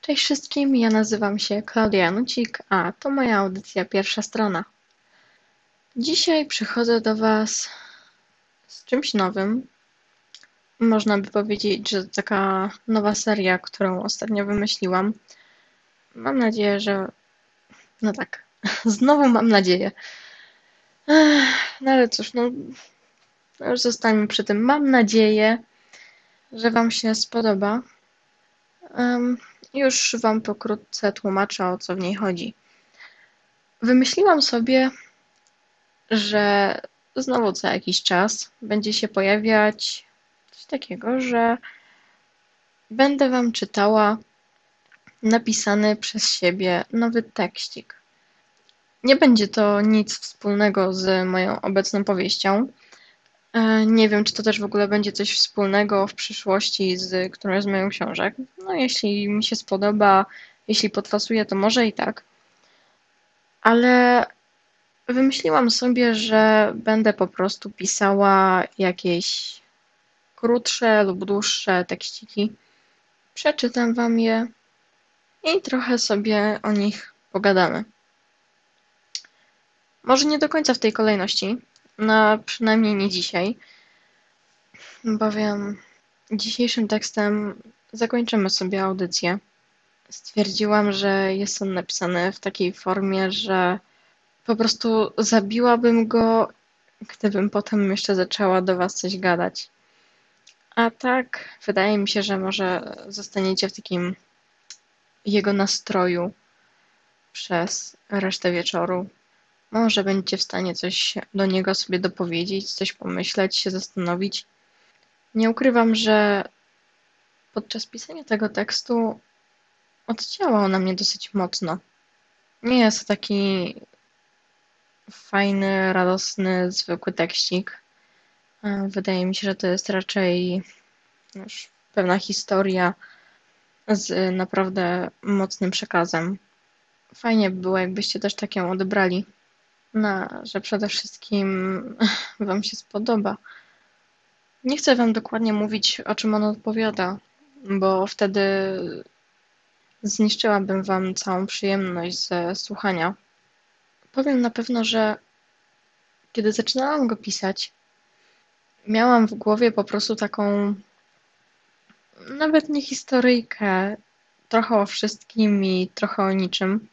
Cześć wszystkim, ja nazywam się Klaudia Janucik, a to moja audycja Pierwsza Strona. Dzisiaj przychodzę do Was z czymś nowym. Można by powiedzieć, że to taka nowa seria, którą ostatnio wymyśliłam. Mam nadzieję, że... No tak, znowu mam nadzieję. No ale cóż, już zostańmy przy tym. Mam nadzieję, że Wam się spodoba. Już Wam pokrótce tłumaczę, o co w niej chodzi. Wymyśliłam sobie, że znowu co jakiś czas będzie się pojawiać coś takiego, że będę Wam czytała napisany przez siebie nowy tekścik. Nie będzie to nic wspólnego z moją obecną powieścią. Nie wiem, czy to też w ogóle będzie coś wspólnego w przyszłości z którąś z moich książek. No, jeśli mi się spodoba, jeśli podpasuje, to może i tak. Ale wymyśliłam sobie, że będę po prostu pisała jakieś krótsze lub dłuższe tekściki. Przeczytam Wam je i trochę sobie o nich pogadamy. Może nie do końca w tej kolejności, no przynajmniej nie dzisiaj, bowiem dzisiejszym tekstem zakończymy sobie audycję. Stwierdziłam, że jest on napisany w takiej formie, że po prostu zabiłabym go, gdybym potem jeszcze zaczęła do Was coś gadać. A tak, wydaje mi się, że może zostaniecie w takim jego nastroju przez resztę wieczoru. Może będziecie w stanie coś do niego sobie dopowiedzieć, coś pomyśleć, się zastanowić. Nie ukrywam, że podczas pisania tego tekstu oddziałał na mnie dosyć mocno. Nie jest to taki fajny, radosny, zwykły tekścik. Wydaje mi się, że to jest raczej już pewna historia z naprawdę mocnym przekazem. Fajnie by było, jakbyście też tak ją odebrali. No, że przede wszystkim Wam się spodoba. Nie chcę Wam dokładnie mówić, o czym on odpowiada, bo wtedy zniszczyłabym Wam całą przyjemność ze słuchania. Powiem na pewno, że kiedy zaczynałam go pisać, miałam w głowie po prostu taką, nawet nie historyjkę, trochę o wszystkim i trochę o niczym.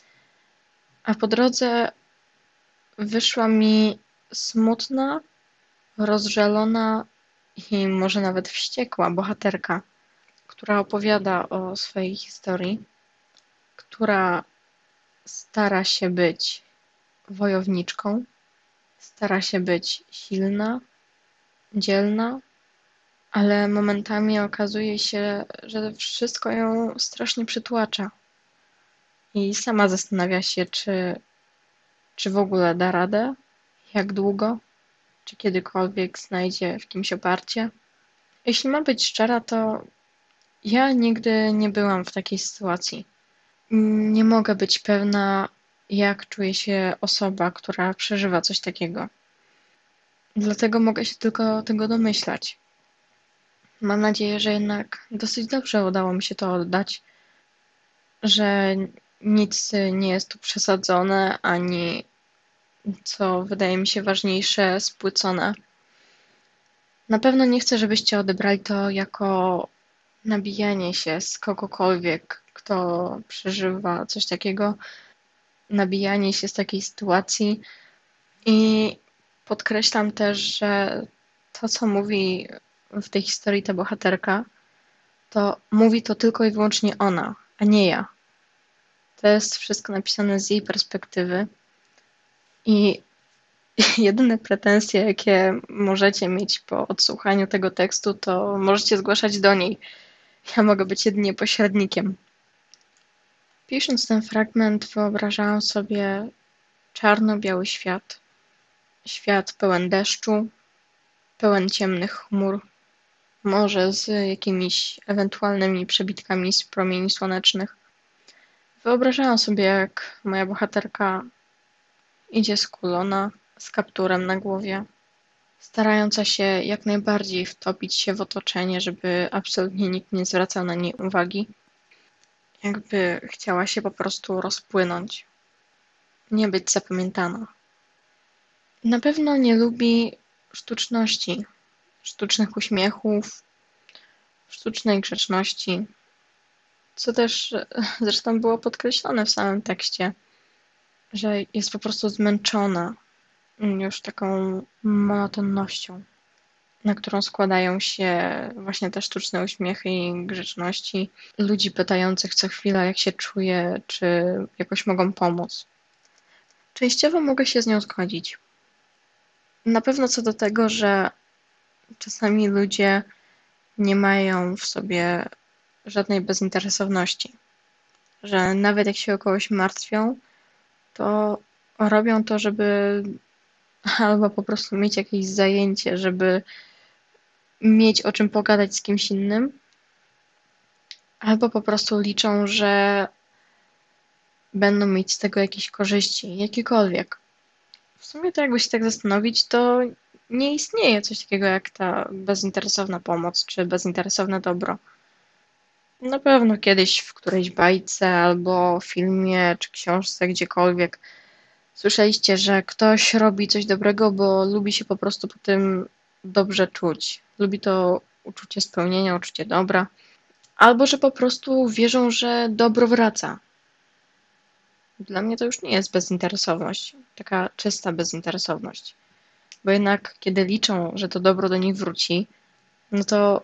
A po drodze wyszła mi smutna, rozżalona i może nawet wściekła bohaterka, która opowiada o swojej historii, która stara się być wojowniczką, stara się być silna, dzielna, ale momentami okazuje się, że wszystko ją strasznie przytłacza. I sama zastanawia się, czy w ogóle da radę, jak długo, czy kiedykolwiek znajdzie w kimś oparcie. Jeśli mam być szczera, to ja nigdy nie byłam w takiej sytuacji. Nie mogę być pewna, jak czuje się osoba, która przeżywa coś takiego. Dlatego mogę się tylko tego domyślać. Mam nadzieję, że jednak dosyć dobrze udało mi się to oddać, że nic nie jest tu przesadzone, ani, co wydaje mi się ważniejsze, spłycone. Na pewno nie chcę, żebyście odebrali to jako nabijanie się z kogokolwiek, kto przeżywa coś takiego, nabijanie się z takiej sytuacji. I podkreślam też, że to, co mówi w tej historii ta bohaterka, to mówi to tylko i wyłącznie ona, a nie ja. To jest wszystko napisane z jej perspektywy i jedyne pretensje, jakie możecie mieć po odsłuchaniu tego tekstu, to możecie zgłaszać do niej. Ja mogę być jedynie pośrednikiem. Pisząc ten fragment, wyobrażałam sobie czarno-biały świat. Świat pełen deszczu, pełen ciemnych chmur, może z jakimiś ewentualnymi przebitkami z promieni słonecznych. Wyobrażałam sobie, jak moja bohaterka idzie skulona, z kapturem na głowie, starająca się jak najbardziej wtopić się w otoczenie, żeby absolutnie nikt nie zwracał na niej uwagi. Jakby chciała się po prostu rozpłynąć, nie być zapamiętana. Na pewno nie lubi sztuczności, sztucznych uśmiechów, sztucznej grzeczności, co też zresztą było podkreślone w samym tekście, że jest po prostu zmęczona już taką monotonnością, na którą składają się właśnie te sztuczne uśmiechy i grzeczności ludzi pytających co chwila, jak się czuje, czy jakoś mogą pomóc. Częściowo mogę się z nią zgodzić. Na pewno co do tego, że czasami ludzie nie mają w sobie żadnej bezinteresowności, że nawet jak się o kogoś martwią, to robią to, żeby albo po prostu mieć jakieś zajęcie, żeby mieć o czym pogadać z kimś innym, albo po prostu liczą, że będą mieć z tego jakieś korzyści, jakiekolwiek. W sumie to jakby się tak zastanowić, to nie istnieje coś takiego jak ta bezinteresowna pomoc czy bezinteresowne dobro. Na pewno kiedyś w którejś bajce albo filmie czy książce, gdziekolwiek słyszeliście, że ktoś robi coś dobrego, bo lubi się po prostu po tym dobrze czuć. Lubi to uczucie spełnienia, uczucie dobra. Albo że po prostu wierzą, że dobro wraca. Dla mnie to już nie jest bezinteresowność, taka czysta bezinteresowność. Bo jednak kiedy liczą, że to dobro do nich wróci, no to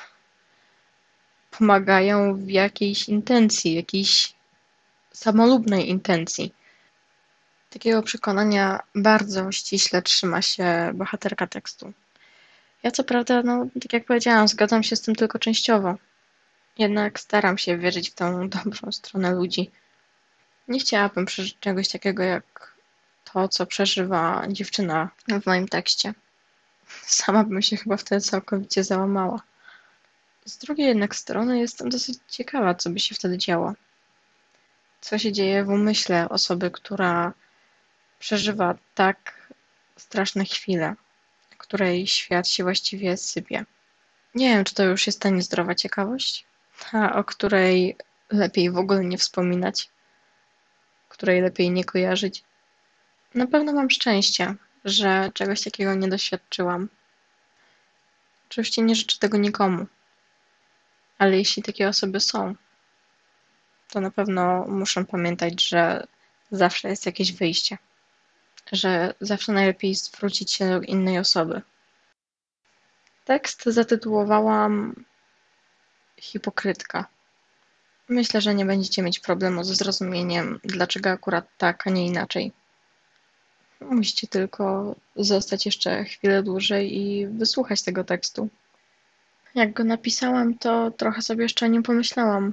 pomagają w jakiejś intencji, jakiejś samolubnej intencji. Takiego przekonania bardzo ściśle trzyma się bohaterka tekstu. Ja co prawda, no tak jak powiedziałam, zgadzam się z tym tylko częściowo. Jednak staram się wierzyć w tą dobrą stronę ludzi. Nie chciałabym przeżyć czegoś takiego jak to, co przeżywa dziewczyna w moim tekście. Sama bym się chyba wtedy całkowicie załamała. Z drugiej jednak strony jestem dosyć ciekawa, co by się wtedy działo. Co się dzieje w umyśle osoby, która przeżywa tak straszne chwile, której świat się właściwie sypie. Nie wiem, czy to już jest ta niezdrowa ciekawość, ta, o której lepiej w ogóle nie wspominać, której lepiej nie kojarzyć. Na pewno mam szczęście, że czegoś takiego nie doświadczyłam. Oczywiście nie życzę tego nikomu, ale jeśli takie osoby są, to na pewno muszą pamiętać, że zawsze jest jakieś wyjście, że zawsze najlepiej zwrócić się do innej osoby. Tekst zatytułowałam Hipokrytka. Myślę, że nie będziecie mieć problemu ze zrozumieniem, dlaczego akurat tak, a nie inaczej. Musicie tylko zostać jeszcze chwilę dłużej i wysłuchać tego tekstu. Jak go napisałam, to trochę sobie jeszcze o nim pomyślałam.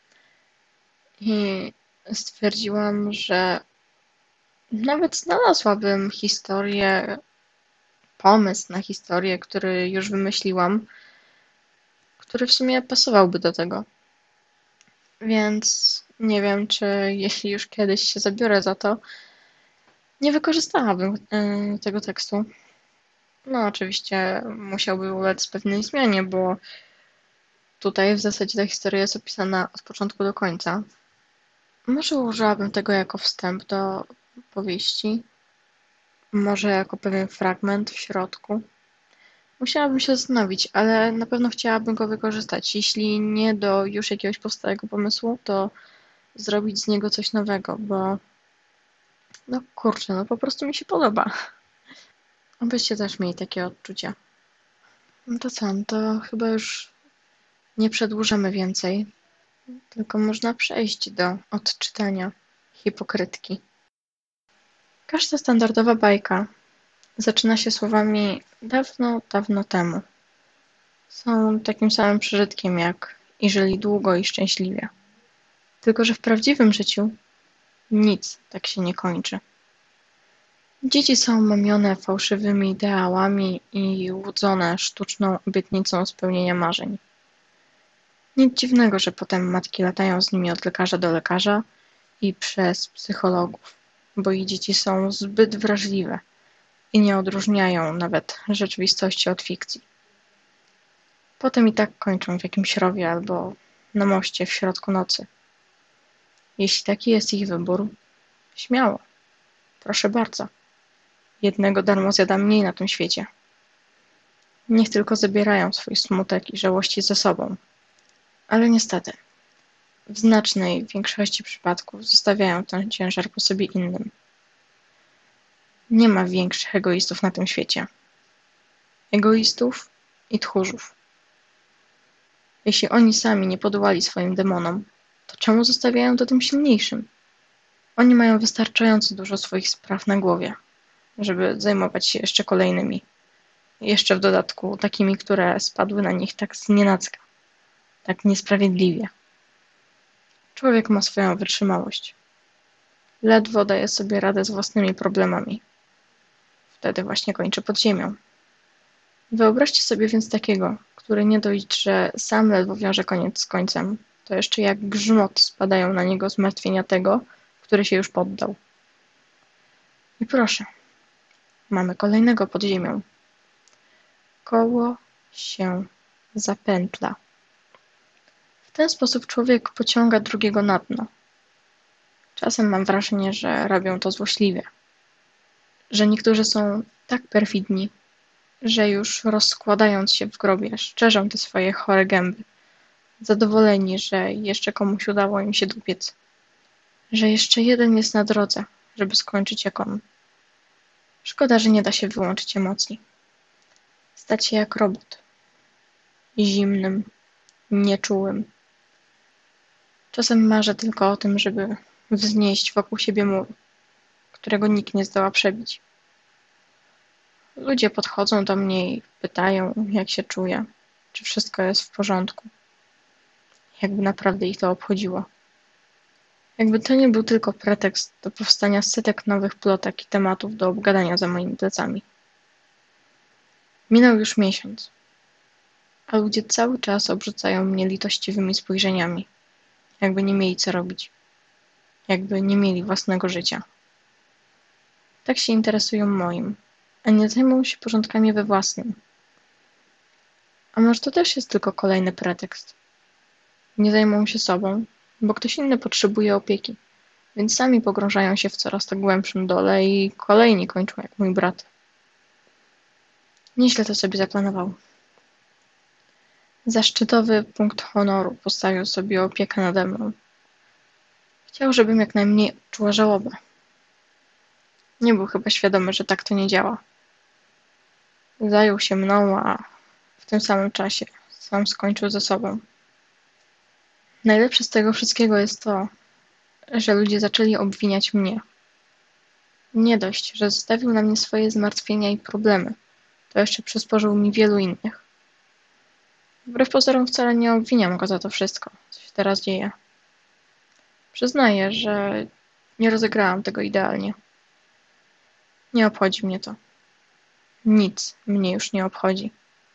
I stwierdziłam, że nawet znalazłabym historię, pomysł na historię, który już wymyśliłam, który w sumie pasowałby do tego. Więc nie wiem, czy jeśli już kiedyś się zabiorę za to, nie wykorzystałabym tego tekstu. No, oczywiście musiałby ulec pewnej zmianie, bo tutaj w zasadzie ta historia jest opisana od początku do końca. Może użyłabym tego jako wstęp do powieści, może jako pewien fragment w środku. Musiałabym się zastanowić, ale na pewno chciałabym go wykorzystać. Jeśli nie do już jakiegoś powstałego pomysłu, to zrobić z niego coś nowego, bo no kurczę, no po prostu mi się podoba. Abyście też mieli takie odczucia. No to co, no to chyba już nie przedłużamy więcej, tylko można przejść do odczytania Hipokrytki. Każda standardowa bajka zaczyna się słowami dawno, dawno temu. Są takim samym przeżytkiem jak i żyli długo i szczęśliwie. Tylko że w prawdziwym życiu nic tak się nie kończy. Dzieci są mamione fałszywymi ideałami i łudzone sztuczną obietnicą spełnienia marzeń. Nic dziwnego, że potem matki latają z nimi od lekarza do lekarza i przez psychologów, bo ich dzieci są zbyt wrażliwe i nie odróżniają nawet rzeczywistości od fikcji. Potem i tak kończą w jakimś rowie albo na moście w środku nocy. Jeśli taki jest ich wybór, śmiało, proszę bardzo. Jednego darmo zjada mniej na tym świecie. Niech tylko zabierają swój smutek i żałości ze sobą. Ale niestety, w znacznej większości przypadków zostawiają ten ciężar po sobie innym. Nie ma większych egoistów na tym świecie. Egoistów i tchórzów. Jeśli oni sami nie podołali swoim demonom, to czemu zostawiają to tym silniejszym? Oni mają wystarczająco dużo swoich spraw na głowie, żeby zajmować się jeszcze kolejnymi. Jeszcze w dodatku takimi, które spadły na nich tak znienacka, tak niesprawiedliwie. Człowiek ma swoją wytrzymałość. Ledwo daje sobie radę z własnymi problemami. Wtedy właśnie kończy pod ziemią. Wyobraźcie sobie więc takiego, który nie dość, że sam ledwo wiąże koniec z końcem, to jeszcze jak grzmot spadają na niego zmartwienia tego, który się już poddał. I proszę, mamy kolejnego pod ziemią. Koło się zapętla. W ten sposób człowiek pociąga drugiego na dno. Czasem mam wrażenie, że robią to złośliwie. Że niektórzy są tak perfidni, że już rozkładając się w grobie, szczerzą te swoje chore gęby, zadowoleni, że jeszcze komuś udało im się dobiec, że jeszcze jeden jest na drodze, żeby skończyć jak on. Szkoda, że nie da się wyłączyć emocji. Stać się jak robot. Zimnym, nieczułym. Czasem marzę tylko o tym, żeby wznieść wokół siebie mur, którego nikt nie zdoła przebić. Ludzie podchodzą do mnie i pytają, jak się czuję, czy wszystko jest w porządku. Jakby naprawdę ich to obchodziło. Jakby to nie był tylko pretekst do powstania setek nowych plotek i tematów do obgadania za moimi plecami. Minął już miesiąc, a ludzie cały czas obrzucają mnie litościwymi spojrzeniami, jakby nie mieli co robić, jakby nie mieli własnego życia. Tak się interesują moim, a nie zajmują się porządkami we własnym. A może to też jest tylko kolejny pretekst? Nie zajmują się sobą, bo ktoś inny potrzebuje opieki, więc sami pogrążają się w coraz to głębszym dole i kolejni kończą jak mój brat. Nieźle to sobie zaplanował. Za szczytowy punkt honoru postawił sobie opiekę nade mną. Chciał, żebym jak najmniej czuła żałobę. Nie był chyba świadomy, że tak to nie działa. Zajął się mną, a w tym samym czasie sam skończył ze sobą. Najlepsze z tego wszystkiego jest to, że ludzie zaczęli obwiniać mnie. Nie dość, że zostawił na mnie swoje zmartwienia i problemy, to jeszcze przysporzył mi wielu innych. Wbrew pozorom wcale nie obwiniam go za to wszystko, co się teraz dzieje. Przyznaję, że nie rozegrałam tego idealnie. Nie obchodzi mnie to. Nic mnie już nie obchodzi.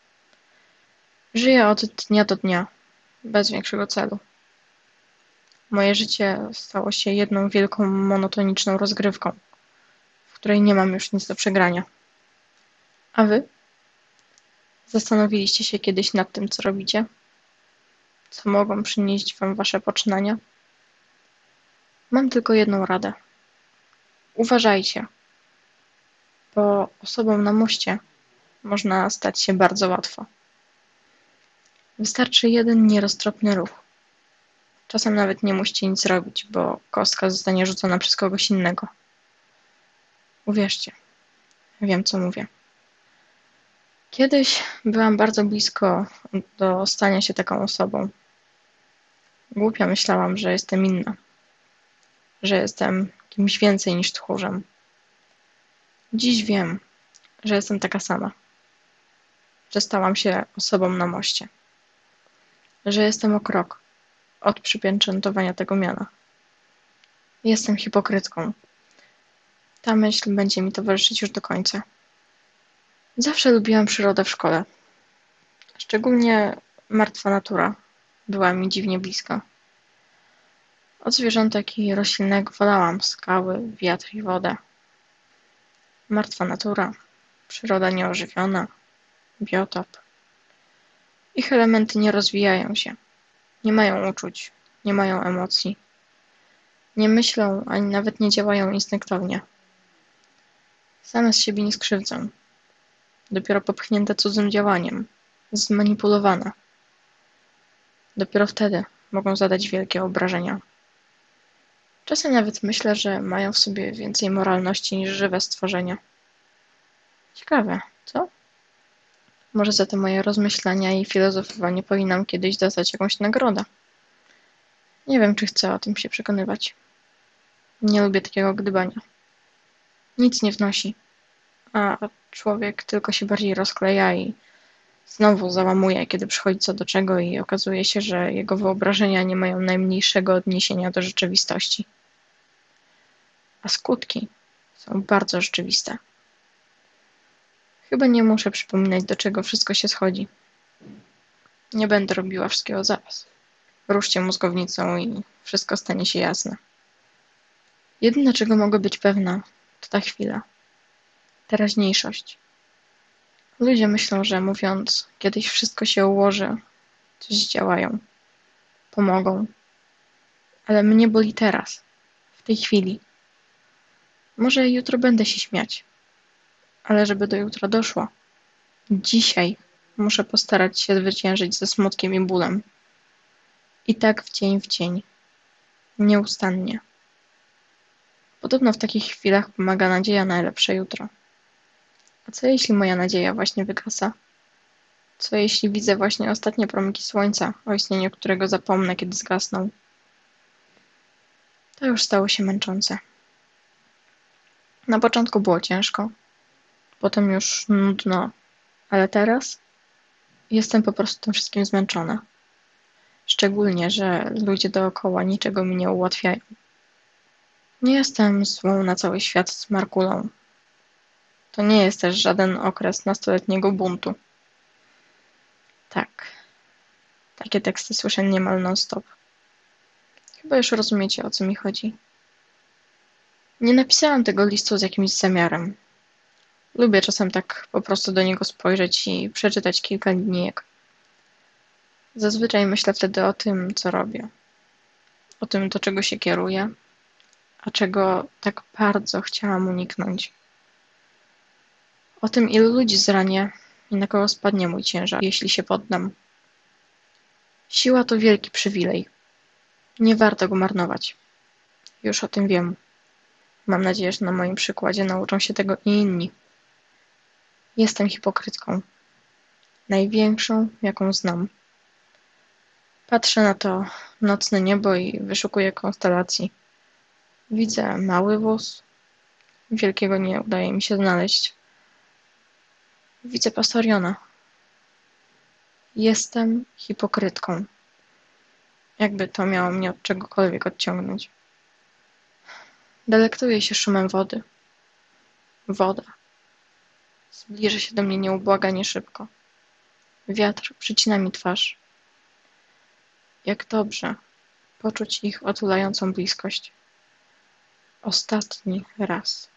Żyję od dnia do dnia, bez większego celu. Moje życie stało się jedną wielką, monotoniczną rozgrywką, w której nie mam już nic do przegrania. A wy? Zastanowiliście się kiedyś nad tym, co robicie? Co mogą przynieść wam wasze poczynania? Mam tylko jedną radę. Uważajcie, bo osobą na moście można stać się bardzo łatwo. Wystarczy jeden nieroztropny ruch. Czasem nawet nie musicie nic robić, bo kostka zostanie rzucona przez kogoś innego. Uwierzcie, wiem co mówię. Kiedyś byłam bardzo blisko do stania się taką osobą. Głupio myślałam, że jestem inna. Że jestem kimś więcej niż tchórzem. Dziś wiem, że jestem taka sama. Że stałam się osobą na moście. Że jestem o krok od przypieczętowania tego miana. Jestem hipokrytką. Ta myśl będzie mi towarzyszyć już do końca. Zawsze lubiłam przyrodę w szkole. Szczególnie martwa natura była mi dziwnie bliska. Od zwierzątek i roślinnego wolałam skały, wiatr i wodę. Martwa natura, przyroda nieożywiona, biotop. Ich elementy nie rozwijają się, nie mają uczuć, nie mają emocji. Nie myślą, ani nawet nie działają instynktownie. Same z siebie nie skrzywdzą. Dopiero popchnięte cudzym działaniem, zmanipulowane. Dopiero wtedy mogą zadać wielkie obrażenia. Czasem nawet myślę, że mają w sobie więcej moralności niż żywe stworzenia. Ciekawe, co? Może za te moje rozmyślania i filozofowanie powinnam kiedyś dostać jakąś nagrodę. Nie wiem, czy chcę o tym się przekonywać. Nie lubię takiego gdybania. Nic nie wnosi, a człowiek tylko się bardziej rozkleja i znowu załamuje, kiedy przychodzi co do czego i okazuje się, że jego wyobrażenia nie mają najmniejszego odniesienia do rzeczywistości. A skutki są bardzo rzeczywiste. Chyba nie muszę przypominać, do czego wszystko się schodzi. Nie będę robiła wszystkiego zaraz. Ruszcie mózgownicą i wszystko stanie się jasne. Jedyne, czego mogę być pewna, to ta chwila. Teraźniejszość. Ludzie myślą, że mówiąc, kiedyś wszystko się ułoży, coś zdziałają, pomogą. Ale mnie boli teraz, w tej chwili. Może jutro będę się śmiać, ale żeby do jutra doszło, dzisiaj muszę postarać się zwyciężyć ze smutkiem i bólem. I tak w dzień, nieustannie. Podobno w takich chwilach pomaga nadzieja na lepsze jutro. A co jeśli moja nadzieja właśnie wygasa? Co jeśli widzę właśnie ostatnie promyki słońca, o istnieniu którego zapomnę, kiedy zgasną? To już stało się męczące. Na początku było ciężko, potem już nudno, ale teraz jestem po prostu tym wszystkim zmęczona. Szczególnie, że ludzie dookoła niczego mi nie ułatwiają. Nie jestem złą na cały świat z Markulą. To nie jest też żaden okres nastoletniego buntu. Tak, takie teksty słyszę niemal non-stop. Chyba już rozumiecie, o co mi chodzi. Nie napisałam tego listu z jakimś zamiarem. Lubię czasem tak po prostu do niego spojrzeć i przeczytać kilka linijek. Zazwyczaj myślę wtedy o tym, co robię. O tym, do czego się kieruję, a czego tak bardzo chciałam uniknąć. O tym, ilu ludzi zranię i na kogo spadnie mój ciężar, jeśli się poddam. Siła to wielki przywilej. Nie warto go marnować. Już o tym wiem. Mam nadzieję, że na moim przykładzie nauczą się tego i inni. Jestem hipokrytką. Największą, jaką znam. Patrzę na to nocne niebo i wyszukuję konstelacji. Widzę mały wóz. Wielkiego nie udaje mi się znaleźć. Widzę Pastoriona. Jestem hipokrytką. Jakby to miało mnie od czegokolwiek odciągnąć. Delektuję się szumem wody. Woda. Zbliża się do mnie nieubłaganie szybko. Wiatr przycina mi twarz. Jak dobrze poczuć ich otulającą bliskość. Ostatni raz.